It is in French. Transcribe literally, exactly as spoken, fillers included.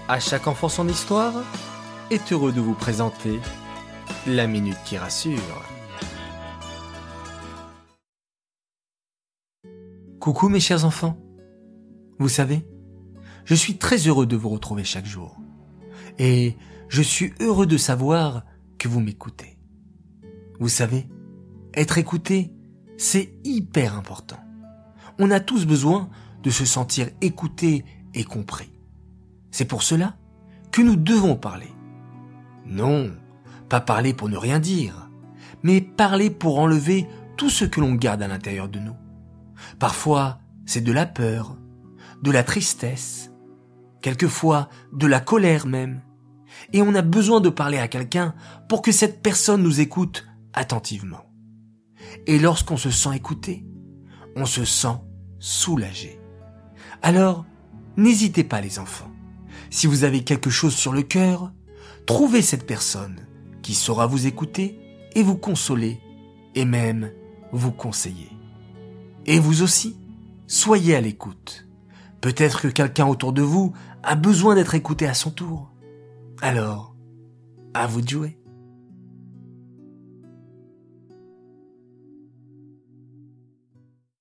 À chaque enfant son histoire est heureux de vous présenter la Minute qui rassure. Coucou mes chers enfants. Vous savez, je suis très heureux de vous retrouver chaque jour. Et je suis heureux de savoir que vous m'écoutez. Vous savez, être écouté, c'est hyper important. On a tous besoin de se sentir écouté et compris. C'est pour cela que nous devons parler. Non, pas parler pour ne rien dire, mais parler pour enlever tout ce que l'on garde à l'intérieur de nous. Parfois, c'est de la peur, de la tristesse, quelquefois de la colère même. Et on a besoin de parler à quelqu'un pour que cette personne nous écoute attentivement. Et lorsqu'on se sent écouté, on se sent soulagé. Alors, n'hésitez pas les enfants. Si vous avez quelque chose sur le cœur, trouvez cette personne qui saura vous écouter et vous consoler et même vous conseiller. Et vous aussi, soyez à l'écoute. Peut-être que quelqu'un autour de vous a besoin d'être écouté à son tour. Alors, à vous de jouer.